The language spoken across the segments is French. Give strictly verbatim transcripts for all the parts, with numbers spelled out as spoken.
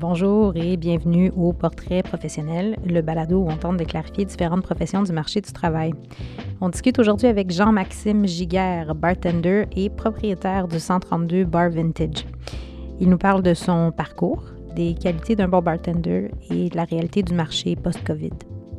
Bonjour et bienvenue au Portrait professionnel, le balado où on tente de clarifier différentes professions du marché du travail. On discute aujourd'hui avec Jean-Maxime Giguère, bartender et propriétaire du cent trente-deux Bar Vintage. Il nous parle de son parcours, des qualités d'un bon bartender et de la réalité du marché post-COVID.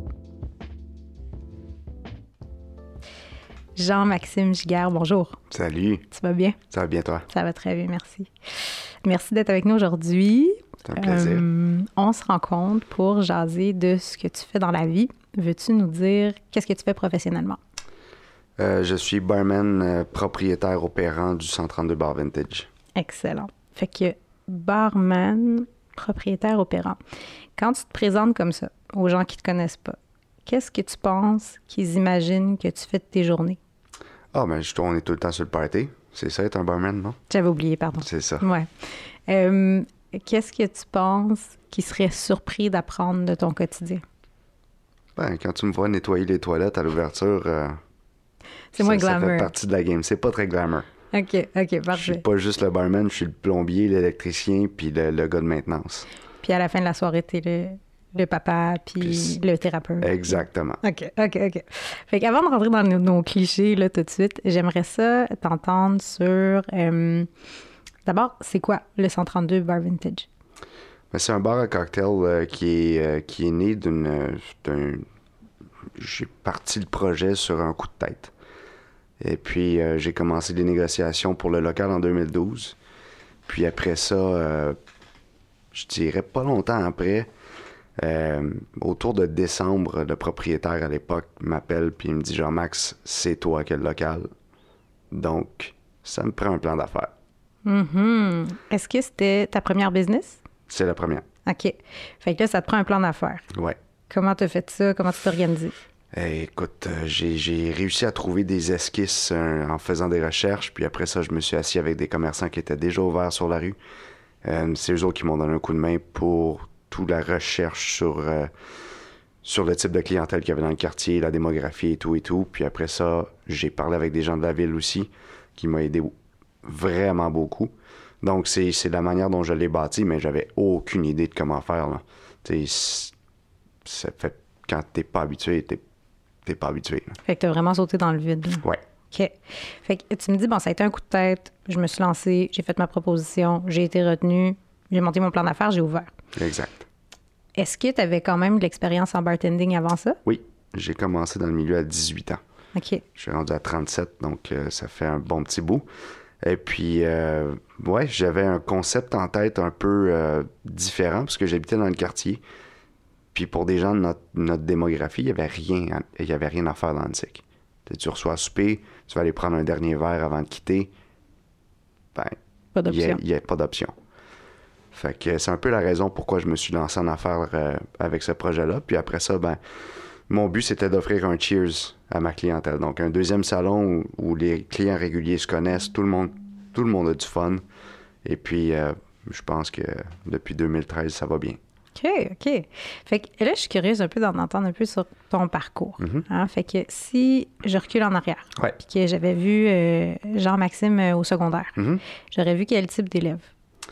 Jean-Maxime Giguère, bonjour. Salut. Tu vas bien? Ça va bien, toi? Ça va très bien, merci. Merci d'être avec nous aujourd'hui. C'est un plaisir. Euh, on se rencontre pour jaser de ce que tu fais dans la vie. Veux-tu nous dire qu'est-ce que tu fais professionnellement? Euh, je suis barman euh, propriétaire opérant du cent trente-deux Bar Vintage. Excellent. Fait que barman, propriétaire opérant. Quand tu te présentes comme ça aux gens qui ne te connaissent pas, qu'est-ce que tu penses qu'ils imaginent que tu fais de tes journées? Ah, ben, je, on est tout le temps sur le party. C'est ça, être un barman, non? J'avais oublié, pardon. C'est ça. Ouais. Euh, qu'est-ce que tu penses qu'ils seraient surpris d'apprendre de ton quotidien? Ben, quand tu me vois nettoyer les toilettes à l'ouverture, euh, c'est moins ça, glamour. ça fait partie de la game. C'est pas très glamour. OK, OK, parfait. Je suis pas juste le barman, je suis le plombier, l'électricien, puis le, le gars de maintenance. Puis à la fin de la soirée, t'es le, le papa, puis, puis le thérapeute. Exactement. OK, OK, OK. Fait qu'avant de rentrer dans nos, nos clichés, là, tout de suite, j'aimerais ça t'entendre sur... Euh, d'abord, c'est quoi le cent trente-deux Bar Vintage? Ben, c'est un bar à cocktail euh, qui, est, euh, qui est né d'une... euh, d'un... J'ai parti le projet sur un coup de tête. Et puis, euh, j'ai commencé les négociations pour le local en deux mille douze. Puis après ça, euh, je dirais pas longtemps après, euh, autour de décembre, le propriétaire à l'époque m'appelle puis il me dit « Jean-Max, c'est toi qui as le local. Donc, ça me prend un plan d'affaires. Mm-hmm. » Est-ce que c'était ta première business? C'est la première. OK. Fait que là, ça te prend un plan d'affaires. Ouais. Comment tu as fait ça? Comment tu t'es organisé? Hey, écoute, euh, j'ai, j'ai réussi à trouver des esquisses euh, en faisant des recherches, puis après ça, je me suis assis avec des commerçants qui étaient déjà ouverts sur la rue. Euh, c'est eux autres qui m'ont donné un coup de main pour toute la recherche sur, euh, sur le type de clientèle qu'il y avait dans le quartier, la démographie et tout et tout. Puis après ça, j'ai parlé avec des gens de la ville aussi, qui m'ont aidé vraiment beaucoup. Donc, c'est, c'est la manière dont je l'ai bâti, mais j'avais aucune idée de comment faire, là. Tu sais, ça fait... Quand t'es pas habitué, t'es t'es pas habitué. Là. Fait que t'as vraiment sauté dans le vide. Là. Ouais. OK. Fait que tu me dis, bon, ça a été un coup de tête, je me suis lancée, j'ai fait ma proposition, j'ai été retenue, j'ai monté mon plan d'affaires, j'ai ouvert. Exact. Est-ce que tu avais quand même de l'expérience en bartending avant ça? Oui. J'ai commencé dans le milieu à dix-huit ans. OK. Je suis rendu à trente-sept, donc euh, ça fait un bon petit bout. Et puis, euh, ouais, j'avais un concept en tête un peu euh, différent, parce que j'habitais dans le quartier. Puis pour des gens de notre, notre démographie, il n'y avait rien, il y avait rien à faire dans le T I C. Tu reçois à souper, tu vas aller prendre un dernier verre avant de quitter. Ben, pas d'option. Il n'y a, a pas d'option. Fait que c'est un peu la raison pourquoi je me suis lancé en affaires euh, avec ce projet-là. Puis après ça, ben, mon but, c'était d'offrir un cheers à ma clientèle. Donc, un deuxième salon où, où les clients réguliers se connaissent, tout le monde, tout le monde a du fun. Et puis, euh, je pense que depuis deux mille treize, ça va bien. OK, OK. Fait que là, je suis curieuse un peu d'en entendre un peu sur ton parcours. Mm-hmm. Hein? Fait que si je recule en arrière, ouais. puis que j'avais vu euh, Jean-Maxime euh, au secondaire, mm-hmm. j'aurais vu quel type d'élève?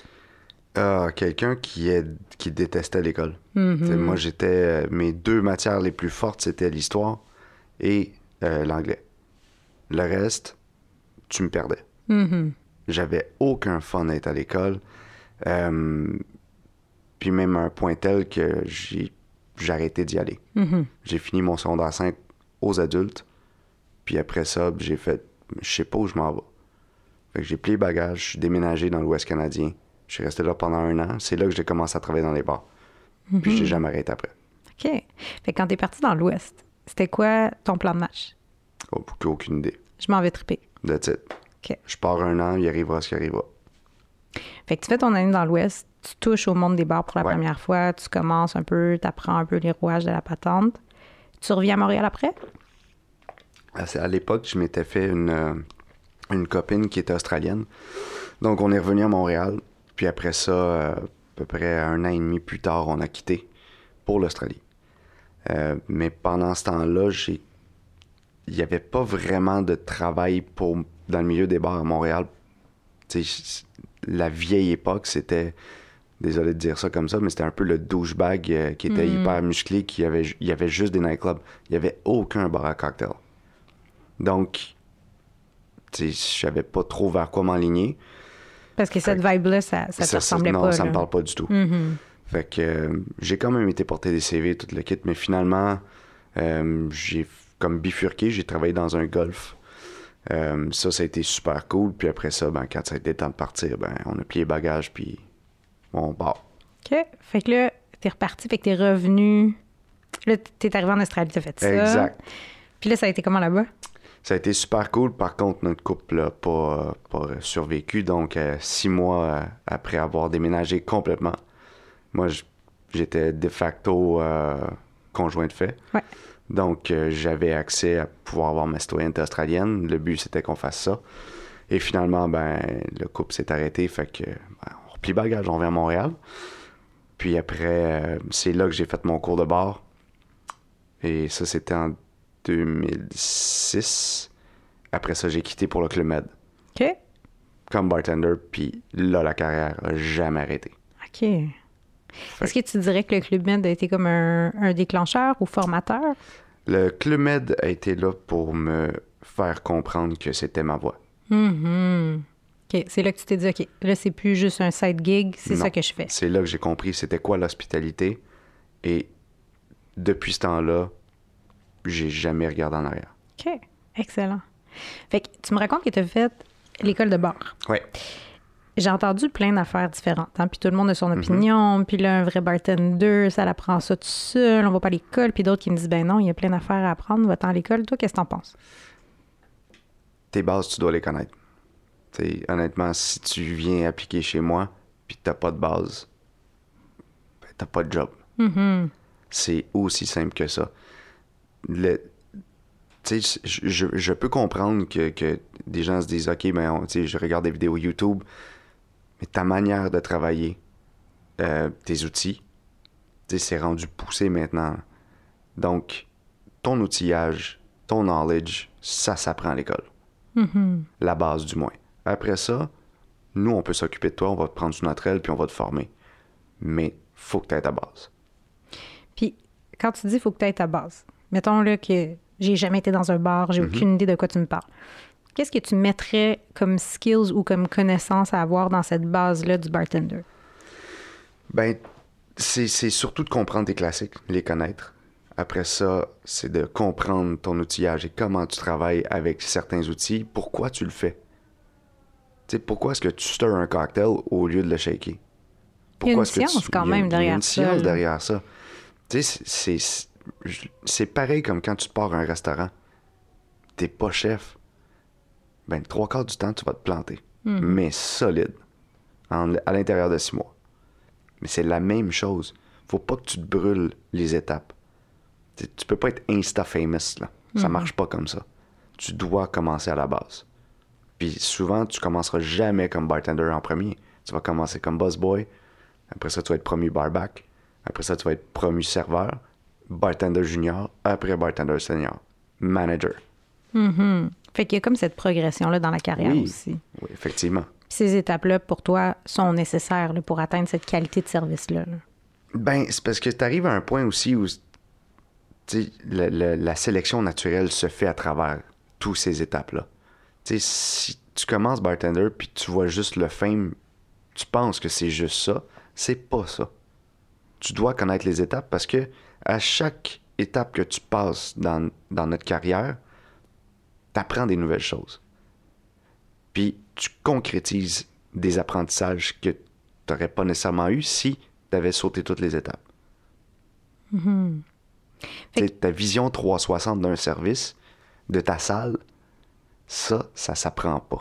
Euh, quelqu'un qui, est, qui détestait l'école. Mm-hmm. Moi, j'étais... Euh, mes deux matières les plus fortes, c'était l'histoire et euh, l'anglais. Le reste, tu me perdais. Mm-hmm. J'avais aucun fun à être à l'école. Euh, Puis même à un point tel que j'ai, j'ai arrêté d'y aller. Mm-hmm. J'ai fini mon secondaire cinq aux adultes. Puis après ça, j'ai fait... Je sais pas où je m'en vais. Fait que j'ai plié bagages, je suis déménagé dans l'Ouest canadien. Je suis resté là pendant un an. C'est là que j'ai commencé à travailler dans les bars. Mm-hmm. Puis j'ai jamais arrêté après. OK. Fait que quand t'es parti dans l'Ouest, c'était quoi ton plan de match? Oh, aucune idée. Je m'en vais triper. That's it. OK. Je pars un an, il arrivera ce qui arrivera. Fait que tu fais ton année dans l'Ouest, tu touches au monde des bars pour la ouais. première fois, tu commences un peu, tu apprends un peu les rouages de la patente. Tu reviens à Montréal après? À l'époque, je m'étais fait une, euh, une copine qui était australienne. Donc, on est revenu à Montréal. Puis après ça, euh, à peu près un an et demi plus tard, on a quitté pour l'Australie. Euh, mais pendant ce temps-là, j'ai... il n'y avait pas vraiment de travail pour... dans le milieu des bars à Montréal. T'sais, la vieille époque, c'était désolé de dire ça comme ça, mais c'était un peu le douchebag euh, qui était mm. hyper musclé, qui avait, il y avait juste des nightclubs. Il n'y avait aucun bar à cocktail. Donc, tu sais, je savais pas trop vers quoi m'enligner. Parce que cette vibe-là, ça, ça, ça te ressemblait non, pas. Non, ça là. me parle pas du tout. Mm-hmm. Fait que euh, j'ai quand même été porter des C V, tout le kit, mais finalement, euh, j'ai comme bifurqué, j'ai travaillé dans un golf. Euh, ça, ça a été super cool. Puis après ça, ben, quand ça a été temps de partir, ben, on a plié les bagages, puis on part. OK. Fait que là, t'es reparti, fait que t'es revenu. Là, t'es arrivé en Australie, t'as fait ça. Exact. Puis là, ça a été comment là-bas? Ça a été super cool. Par contre, notre couple n'a pas, pas survécu. Donc, euh, six mois euh, après avoir déménagé complètement, moi, j'étais de facto euh, conjoint de fait. Ouais. Donc, euh, j'avais accès à pouvoir avoir ma citoyenneté australienne. Le but, c'était qu'on fasse ça. Et finalement, ben, le couple s'est arrêté. Fait que, ben, on replie bagage, on revient à Montréal. Puis après, euh, c'est là que j'ai fait mon cours de bar. Et ça, c'était en deux mille six. Après ça, j'ai quitté pour le Club Med. OK. Comme bartender. Puis là, la carrière n'a jamais arrêté. OK. Fait. Est-ce que tu dirais que le Club Med a été comme un, un déclencheur ou formateur? Le Club Med a été là pour me faire comprendre que c'était ma voie. Mm-hmm. OK. C'est là que tu t'es dit, OK, là, c'est plus juste un side gig, c'est non, ça que je fais. C'est là que j'ai compris c'était quoi l'hospitalité. Et depuis ce temps-là, j'ai jamais regardé en arrière. OK. Excellent. Fait que tu me racontes que tu as fait l'école de bar. Oui. J'ai entendu plein d'affaires différentes, hein? Puis tout le monde a son opinion, mm-hmm. Puis là, un vrai bartender, ça l'apprend ça tout seul, on va pas à l'école, puis d'autres qui me disent, ben non, il y a plein d'affaires à apprendre, va-t'en à l'école. Toi, qu'est-ce que t'en penses? Tes bases, tu dois les connaître. T'sais, honnêtement, si tu viens appliquer chez moi, puis t'as pas de base, ben, t'as pas de job. Mm-hmm. C'est aussi simple que ça. Le... Tu sais, je, je, je peux comprendre que, que des gens se disent, OK, ben, on, tu sais, je regarde des vidéos YouTube, mais ta manière de travailler, euh, tes outils, tu sais, c'est rendu poussé maintenant. Donc, ton outillage, ton knowledge, ça s'apprend à l'école. Mm-hmm. La base, du moins. Après ça, nous, on peut s'occuper de toi, on va te prendre sous notre aile, puis on va te former. Mais faut que tu aies ta base. Puis, quand tu dis faut que tu aies ta base, mettons là que j'ai jamais été dans un bar, j'ai mm-hmm. aucune idée de quoi tu me parles. Qu'est-ce que tu mettrais comme skills ou comme connaissances à avoir dans cette base-là du bartender? Ben, c'est, c'est surtout de comprendre tes classiques, les connaître. Après ça, c'est de comprendre ton outillage et comment tu travailles avec certains outils, pourquoi tu le fais. Tu sais, pourquoi est-ce que tu stirs un cocktail au lieu de le shaker? Pourquoi il y a une science tu... quand même il y a, derrière il y a une ça. science derrière ça. Tu sais, c'est, c'est, c'est pareil comme quand tu pars à un restaurant. T'es pas chef. Ben, trois quarts du temps, tu vas te planter. Mm-hmm. Mais solide. En, à l'intérieur de six mois. Mais c'est la même chose. Faut pas que tu te brûles les étapes. T'sais, tu peux pas être insta-famous, là. Mm-hmm. Ça marche pas comme ça. Tu dois commencer à la base. Puis souvent, tu commenceras jamais comme bartender en premier. Tu vas commencer comme busboy. Après ça, tu vas être promu barback. Après ça, tu vas être promu serveur. Bartender junior. Après bartender senior. Manager. Mm-hmm. Fait qu'il y a comme cette progression-là dans la carrière oui, aussi. Oui, effectivement. Puis ces étapes-là, pour toi, sont nécessaires là, pour atteindre cette qualité de service-là. Là. Ben, c'est parce que tu arrives à un point aussi où la, la, la sélection naturelle se fait à travers toutes ces étapes-là. T'sais, si tu commences bartender puis tu vois juste le fame, tu penses que c'est juste ça. C'est pas ça. Tu dois connaître les étapes parce que à chaque étape que tu passes dans, dans notre carrière, tu apprends des nouvelles choses. Puis tu concrétises des apprentissages que tu n'aurais pas nécessairement eu si tu avais sauté toutes les étapes. Mm-hmm. Que... Ta vision trois cent soixante d'un service, de ta salle, ça, ça s'apprend pas.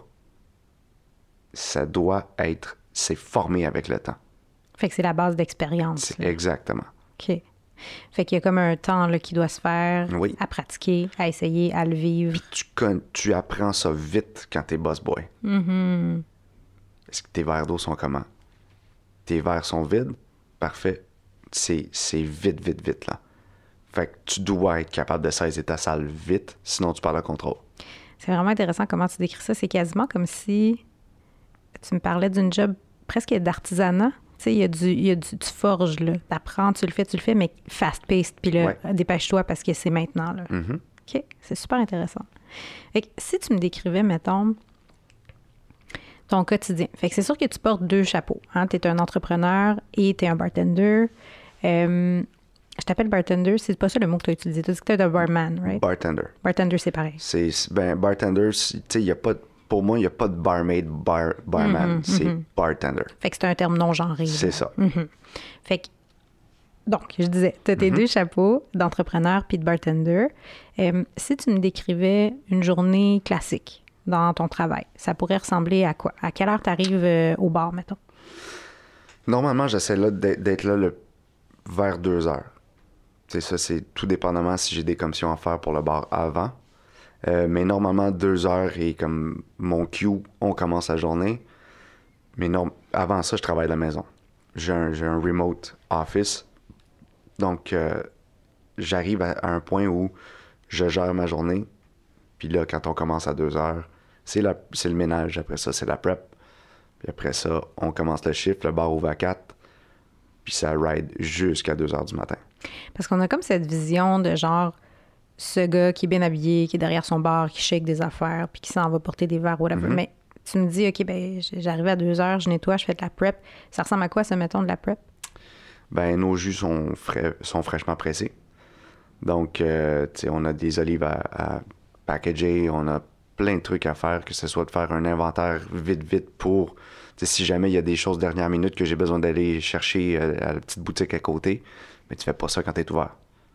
Ça doit être... C'est formé avec le temps. Fait que c'est la base d'expérience. C'est exactement. OK. Fait qu'il y a comme un temps là, qui doit se faire oui. à pratiquer, à essayer, à le vivre. Puis tu, con- tu apprends ça vite quand t'es boss boy. Mm-hmm. Est-ce que tes verres d'eau sont comment? Tes verres sont vides? Parfait. C'est, c'est vite, vite, vite, là. Fait que tu dois être capable de saisir ta salle vite, sinon tu perds le contrôle. C'est vraiment intéressant comment tu décris ça. C'est quasiment comme si tu me parlais d'une job presque d'artisanat. Tu sais, il y a du, il y a du, tu forges, là. T'apprends, tu le fais, tu le fais, mais fast-paced. Puis là, Ouais. dépêche-toi parce que c'est maintenant, là. Mm-hmm. OK, c'est super intéressant. Fait que si tu me décrivais, mettons, ton quotidien. Fait que c'est sûr que tu portes deux chapeaux. Hein? Tu es un entrepreneur et tu es un bartender. Euh, je t'appelle bartender, c'est pas ça le mot que tu as utilisé. Tu as dit que tu es un barman, right? Bartender. Bartender, c'est pareil. C'est, ben, bartender, tu sais, il y a pas de- pour moi, il n'y a pas de barmaid, bar, barman. Mm-hmm, c'est mm-hmm. bartender. Fait que c'est un terme non genré. C'est là. ça. Mm-hmm. Fait que, donc, je disais, tu as tes Mm-hmm. deux chapeaux d'entrepreneur puis de bartender. Euh, si tu me décrivais une journée classique dans ton travail, ça pourrait ressembler à quoi? À quelle heure tu arrives euh, au bar, mettons? Normalement, j'essaie là d'être, d'être là le, vers deux heures. C'est ça, c'est tout dépendamment si j'ai des commissions à faire pour le bar avant. Euh, mais normalement, deux heures et comme mon cue, on commence la journée. Mais non, avant ça, je travaille à la maison. J'ai un, j'ai un remote office. Donc, euh, j'arrive à, à un point où je gère ma journée. Puis là, quand on commence à deux heures, c'est, la, c'est le ménage. Après ça, c'est la prep. Puis après ça, on commence le shift. Le bar ouvre à quatre. Puis ça ride jusqu'à deux heures du matin. Parce qu'on a comme cette vision de genre, ce gars qui est bien habillé, qui est derrière son bar, qui shake des affaires, puis qui s'en va porter des verres, whatever. Mm-hmm. Mais tu me dis, OK, ben j'arrive à deux heures, je nettoie, je fais de la prep. Ça ressemble à quoi, ça, mettons, de la prep? Ben, nos jus sont, frais, sont fraîchement pressés. Donc, euh, tu sais, on a des olives à, à packager, on a plein de trucs à faire, que ce soit de faire un inventaire vite, vite pour, tu sais, si jamais il y a des choses dernière minute que j'ai besoin d'aller chercher euh, à la petite boutique à côté, mais tu fais pas ça quand t'es ouvert.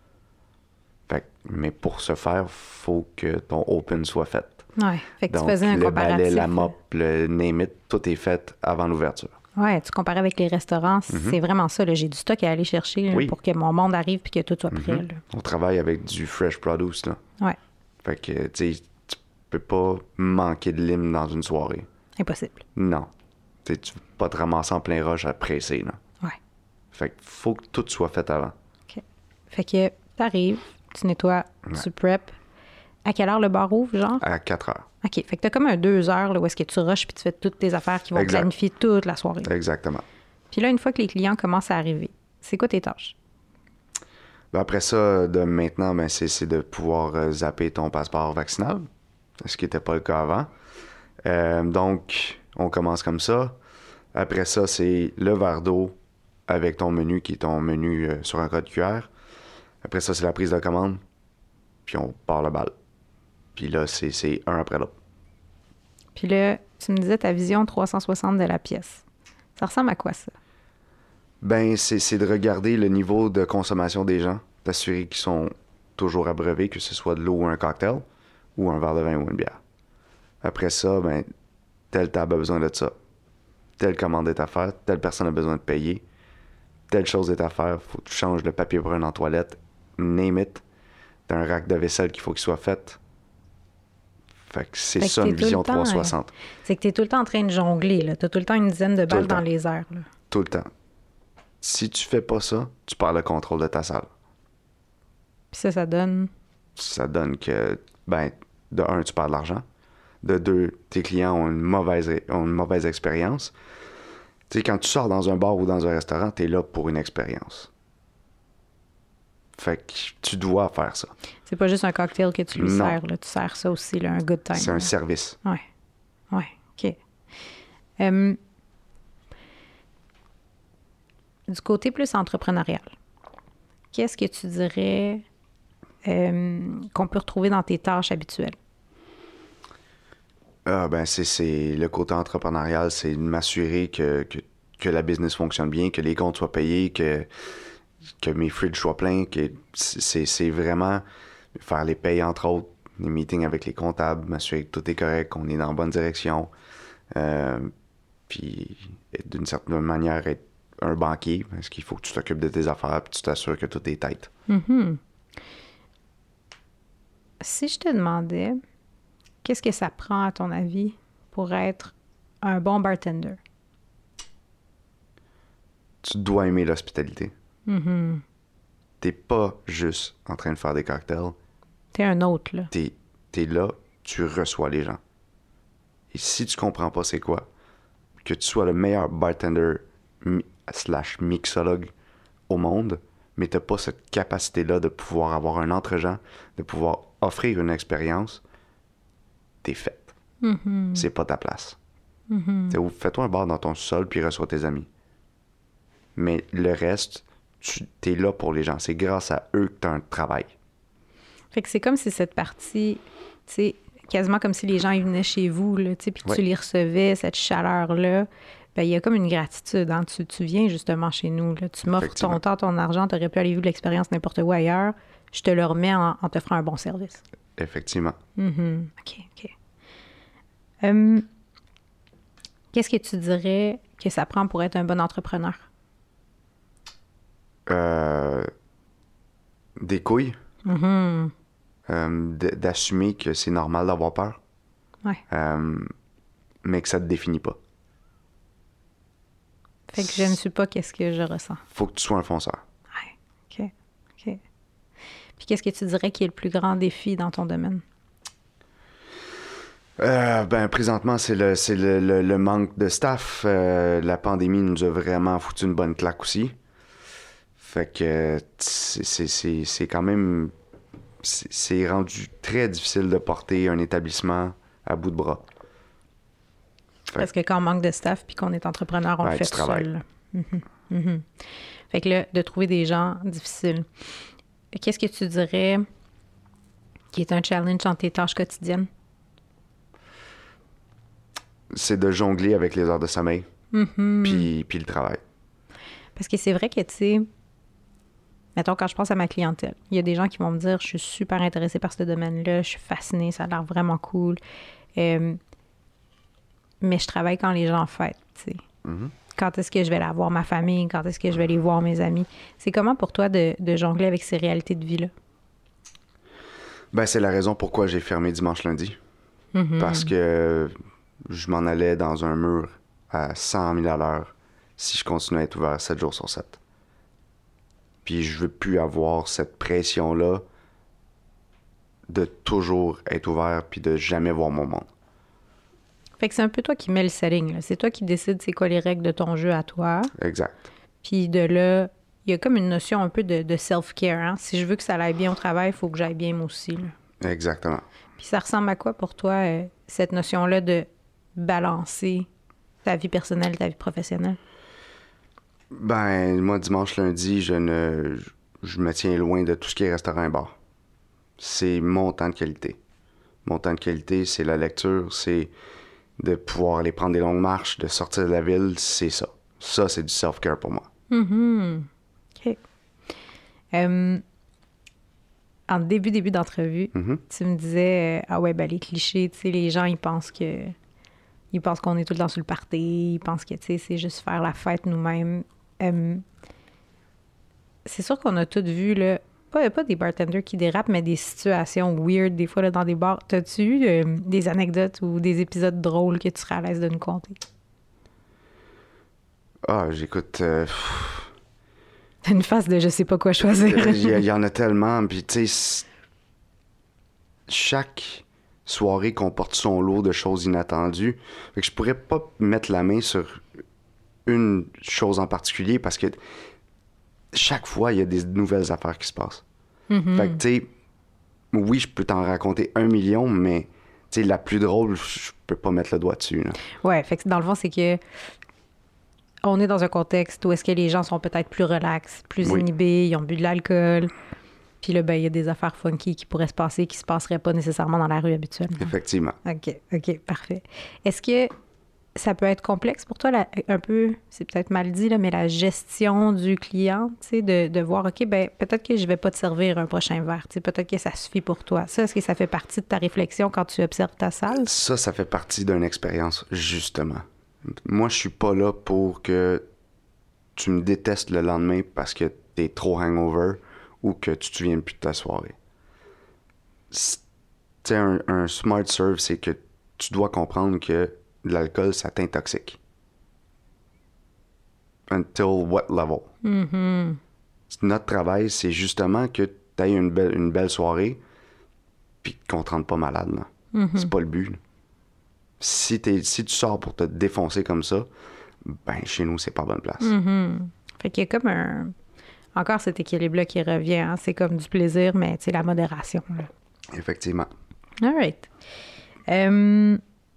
Fait que, mais pour ce faire, faut que ton open soit fait. Ouais. Fait que Donc, tu faisais un le comparatif. balai, la mop, le name it, tout est fait avant l'ouverture. Ouais, tu comparais avec les restaurants, c'est vraiment ça. Là. J'ai du stock à aller chercher là, Oui. pour que mon monde arrive puis que tout soit prêt. Mhm. Là. On travaille avec du fresh produce, là. Ouais, Fait que, tu sais, tu peux pas manquer de lime dans une soirée. impossible. Non. Tu sais, tu peux pas te ramasser en plein rush à presser, là. Ouais. Fait que faut que tout soit fait avant. OK. Fait que t'arrives, tu nettoies, Ouais. tu prep. À quelle heure le bar ouvre, genre? À quatre heures. OK. Fait que t'as comme un deux heures là, où est-ce que tu rushes puis tu fais toutes tes affaires qui vont Exact. planifier toute la soirée. Exactement. Puis là, une fois que les clients commencent à arriver, c'est quoi tes tâches? Ben, après ça, de maintenant, ben, c'est, c'est de pouvoir euh, zapper ton passeport vaccinal, ce qui n'était pas le cas avant. Euh, donc, on commence comme ça. Après ça, c'est le verre d'eau avec ton menu, qui est ton menu euh, sur un code Q R. Après ça, c'est la prise de commande. Puis on part le bal. Puis là, c'est, c'est un après l'autre. Puis là, tu me disais ta vision trois cent soixante de la pièce. Ça ressemble à quoi, ça? Ben, c'est, c'est de regarder le niveau de consommation des gens, d'assurer qu'ils sont toujours abreuvés, que ce soit de l'eau ou un cocktail, ou un verre de vin ou une bière. Après ça, ben, telle table a besoin de ça. Telle commande est à faire, telle personne a besoin de payer, telle chose est à faire, faut que tu changes le papier brun en toilette, name it. T'as un rack de vaisselle qu'il faut qu'il soit fait. Fait que c'est Fait que ça t'es une tout le vision temps, trois cent soixante. C'est que tu es tout le temps en train de jongler. Tu as tout le temps une dizaine de Tout le balles dans temps. les airs. Là. Tout le temps. Si tu fais pas ça, tu perds le contrôle de ta salle. Puis ça, ça donne... Ça donne que, ben, de un, tu perds de l'argent. De deux, tes clients ont une mauvaise, ont une mauvaise expérience. Tu sais, quand tu sors dans un bar ou dans un restaurant, t'es là pour une expérience. Fait que tu dois faire ça. C'est pas juste un cocktail que tu lui Non. sers. Là. Tu sers ça aussi, là, un good time. C'est un là. service. Ouais. Ouais, OK. Euh, du côté plus entrepreneurial, qu'est-ce que tu dirais euh, qu'on peut retrouver dans tes tâches habituelles? Ah, ben, c'est, c'est le côté entrepreneurial, c'est de m'assurer que, que, que la business fonctionne bien, que les comptes soient payés, que, que mes fridges soient pleins, que c'est, c'est vraiment faire les payes, entre autres, les meetings avec les comptables, m'assurer que tout est correct, qu'on est dans la bonne direction. Euh, puis, d'une certaine manière, être un banquier, parce qu'il faut que tu t'occupes de tes affaires puis tu t'assures que tout est tête. Mm-hmm. Si je te demandais, qu'est-ce que ça prend, à ton avis, pour être un bon bartender? Tu dois aimer l'hospitalité. Mm-hmm. T'es pas juste en train de faire des cocktails. T'es un autre, là. T'es, t'es là, tu reçois les gens. Et si tu comprends pas c'est quoi, que tu sois le meilleur bartender slash mixologue au monde, mais t'as pas cette capacité-là de pouvoir avoir un entre-gens, de pouvoir offrir une expérience, t'es faite. Mm-hmm. C'est pas ta place. Mm-hmm. Fais-toi un bar dans ton sol, puis reçois tes amis. Mais le reste, tu es là pour les gens. C'est grâce à eux que tu as un travail. Fait que c'est comme si cette partie, tu sais, quasiment comme si les gens ils venaient chez vous, là, tu sais, puis Oui. tu les recevais, cette chaleur-là. Ben, il y a comme une gratitude. Hein? Tu, tu viens justement chez nous. Là. Tu m'offres ton temps, ton argent, tu aurais pu aller vivre l'expérience n'importe où ailleurs. Je te le remets en, en t'offrant un bon service. Effectivement. Mm-hmm. OK, OK. Um, qu'est-ce que tu dirais que ça prend pour être un bon entrepreneur? Euh, des couilles. Mm-hmm. Euh, d- d'assumer que c'est normal d'avoir peur. Ouais. Euh, mais que ça te définit pas. Fait que je ne suis pas qu'est-ce que je ressens. Faut que tu sois un fonceur. Ouais. OK. OK. Puis qu'est-ce que tu dirais qui est le plus grand défi dans ton domaine? Euh, ben, présentement, c'est le, c'est le, le, le manque de staff. Euh, la pandémie nous a vraiment foutu une bonne claque aussi. Fait que c'est, c'est, c'est, c'est quand même... C'est, c'est rendu très difficile de porter un établissement à bout de bras. Fait... Parce que quand on manque de staff puis qu'on est entrepreneur, on ouais, le fait tu tout travailles. seul. Mm-hmm. Mm-hmm. Fait que là, de trouver des gens difficiles. Qu'est-ce que tu dirais qui est un challenge dans tes tâches quotidiennes? C'est de jongler avec les heures de sommeil, Mm-hmm. puis, puis le travail. Parce que c'est vrai que, tu sais, mettons, quand je pense à ma clientèle, il y a des gens qui vont me dire « Je suis super intéressée par ce domaine-là, je suis fascinée, ça a l'air vraiment cool. Euh, » Mais je travaille quand les gens fêtent, tu sais. Mm-hmm. Quand est-ce que je vais aller voir ma famille? Quand est-ce que je vais aller voir mes amis? C'est comment pour toi de, de jongler avec ces réalités de vie-là? Ben, c'est la raison pourquoi j'ai fermé dimanche lundi. Mm-hmm. Parce que je m'en allais dans un mur à cent mille à l'heure si je continuais à être ouvert sept jours sur sept. Puis je veux plus avoir cette pression-là de toujours être ouvert puis de jamais voir mon monde. Fait que c'est un peu toi qui mets le setting, là. C'est toi qui décides c'est quoi les règles de ton jeu à toi. Exact. Puis de là, il y a comme une notion un peu de, de self-care. Hein? Si je veux que ça aille bien au travail, il faut que j'aille bien moi aussi. Là. Exactement. Puis ça ressemble à quoi pour toi, euh, cette notion-là de balancer ta vie personnelle et ta vie professionnelle? Ben, moi, dimanche, lundi, je ne je me tiens loin de tout ce qui est restaurant et bar. C'est mon temps de qualité. Mon temps de qualité, c'est la lecture, c'est de pouvoir aller prendre des longues marches, de sortir de la ville, c'est ça. Ça, c'est du self-care pour moi. Mm-hmm. OK. Euh, en début, début d'entrevue, Mm-hmm. tu me disais, euh, ah ouais, ben les clichés, tu sais, les gens, ils pensent que... Ils pensent qu'on est tout le temps sur le party, ils pensent que, tu sais, c'est juste faire la fête nous-mêmes. Euh, c'est sûr qu'on a toutes vu, là, pas, pas des bartenders qui dérapent, mais des situations weird, des fois, là, dans des bars. T'as-tu eu euh, des anecdotes ou des épisodes drôles que tu serais à l'aise de nous conter? Ah, j'écoute... Euh, T'as une face de je sais pas quoi choisir. Il y, y en a tellement, puis tu sais, chaque soirée comporte son lot de choses inattendues. Fait que je pourrais pas mettre la main sur une chose en particulier parce que chaque fois, il y a des nouvelles affaires qui se passent. Mm-hmm. Fait que tu sais, oui, je peux t'en raconter un million, mais tu sais, la plus drôle, je peux pas mettre le doigt dessus. Là. Ouais, fait que dans le fond, c'est que on est dans un contexte où est-ce que les gens sont peut-être plus relax, plus Oui. inhibés, ils ont bu de l'alcool. Puis là, ben, il y a des affaires funky qui pourraient se passer, qui se passeraient pas nécessairement dans la rue habituellement. Effectivement. OK, OK, parfait. Est-ce que ça peut être complexe pour toi, la- un peu, c'est peut-être mal dit, là, mais la gestion du client, tu sais, de, de voir, OK, ben peut-être que je vais pas te servir un prochain verre, tu sais, peut-être que ça suffit pour toi. Ça, est-ce que ça fait partie de ta réflexion quand tu observes ta salle? Ça, ça fait partie d'une expérience, justement. Moi, je suis pas là pour que tu me détestes le lendemain parce que t'es trop hangover ou que tu te souviens plus de ta soirée. Tu sais, un, un smart serve, c'est que tu dois comprendre que l'alcool, ça t'intoxique. Until what level? Mm-hmm. Notre travail, c'est justement que tu aies une belle, une belle soirée puis qu'on te rende pas malade. Là. Mm-hmm. C'est pas le but. Là. Si, t'es, si tu sors pour te défoncer comme ça, ben chez nous, c'est pas bonne place. Mm-hmm. Fait qu'il y a comme un... Encore cet équilibre-là qui revient. Hein? C'est comme du plaisir, mais tu sais, la modération. Là. Effectivement. All right. Um,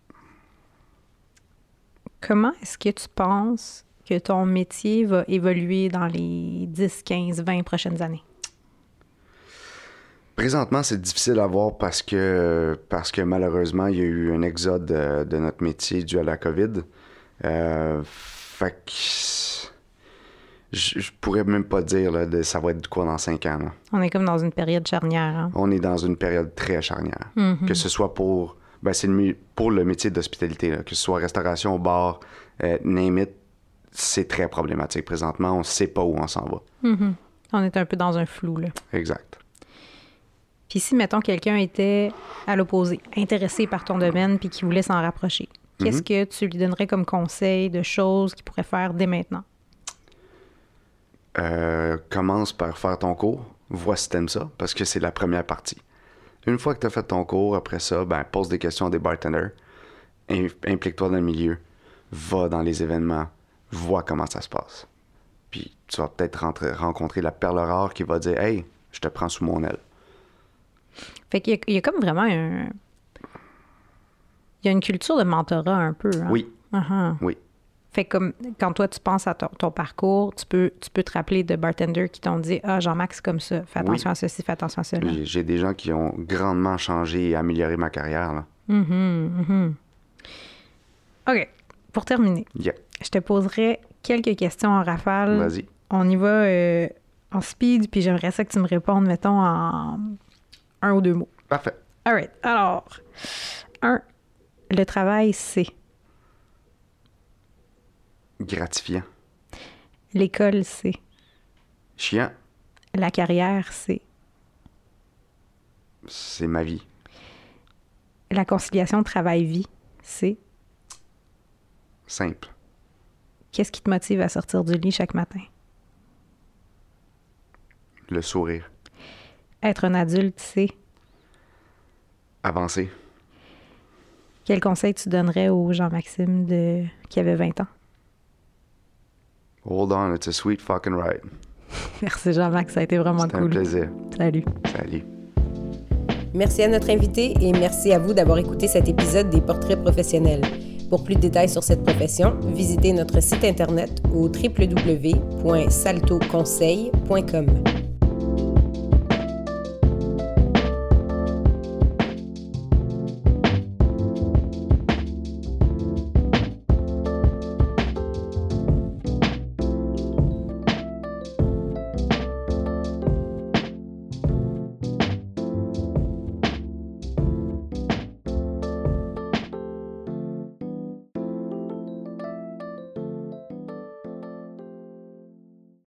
comment est-ce que tu penses que ton métier va évoluer dans les dix, quinze, vingt prochaines années? Présentement, c'est difficile à voir parce que, parce que malheureusement, il y a eu un exode de, de notre métier dû à la COVID. Euh, fait que je, je pourrais même pas dire là, de, ça va être quoi dans cinq ans. Là. On est comme dans une période charnière. Hein? On est dans une période très charnière. Mm-hmm. Que ce soit pour, ben c'est le, pour le métier d'hospitalité, là, que ce soit restauration, bar, euh, name it, c'est très problématique présentement. On sait pas où on s'en va. Mm-hmm. On est un peu dans un flou. Là. Exact. Puis si, mettons, quelqu'un était à l'opposé, intéressé par ton domaine puis qui voulait s'en rapprocher, qu'est-ce mm-hmm. que tu lui donnerais comme conseil de choses qu'il pourrait faire dès maintenant? Euh, commence par faire ton cours. Vois si t'aimes ça, parce que c'est la première partie. Une fois que t'as fait ton cours, après ça, ben pose des questions à des bartenders. Implique-toi dans le milieu. Va dans les événements. Vois comment ça se passe. Puis tu vas peut-être rentrer, rencontrer la perle rare qui va dire « Hey, je te prends sous mon aile. » Fait qu'il y a, il y a comme vraiment un... Il y a une culture de mentorat un peu. Hein? Oui. Uh-huh. Oui. Fait que comme quand toi, tu penses à ton, ton parcours, tu peux, tu peux te rappeler de bartenders qui t'ont dit « Ah, Jean-Max, comme ça. Fais attention oui. à ceci, fais attention à cela. » J'ai, j'ai des gens qui ont grandement changé et amélioré ma carrière. Là. Mm-hmm, mm-hmm. OK. Pour terminer, yeah. je te poserai quelques questions en rafale. Vas-y. On y va euh, en speed, puis j'aimerais ça que tu me répondes, mettons, en... un ou deux mots. Parfait. All right. Alors, un, le travail, c'est? Gratifiant. L'école, c'est? Chiant. La carrière, c'est? C'est ma vie. La conciliation travail-vie, c'est? Simple. Qu'est-ce qui te motive à sortir du lit chaque matin? Le sourire. Être un adulte, c'est? Avancer. Quel conseil tu donnerais au Jean-Maxime de... qui avait vingt ans? Hold on, it's a sweet fucking ride. Merci Jean-Max, ça a été vraiment C'était cool. C'était un plaisir. Salut. Salut. Merci à notre invité et merci à vous d'avoir écouté cet épisode des Portraits professionnels. Pour plus de détails sur cette profession, visitez notre site internet au w w w point salto conseil point com.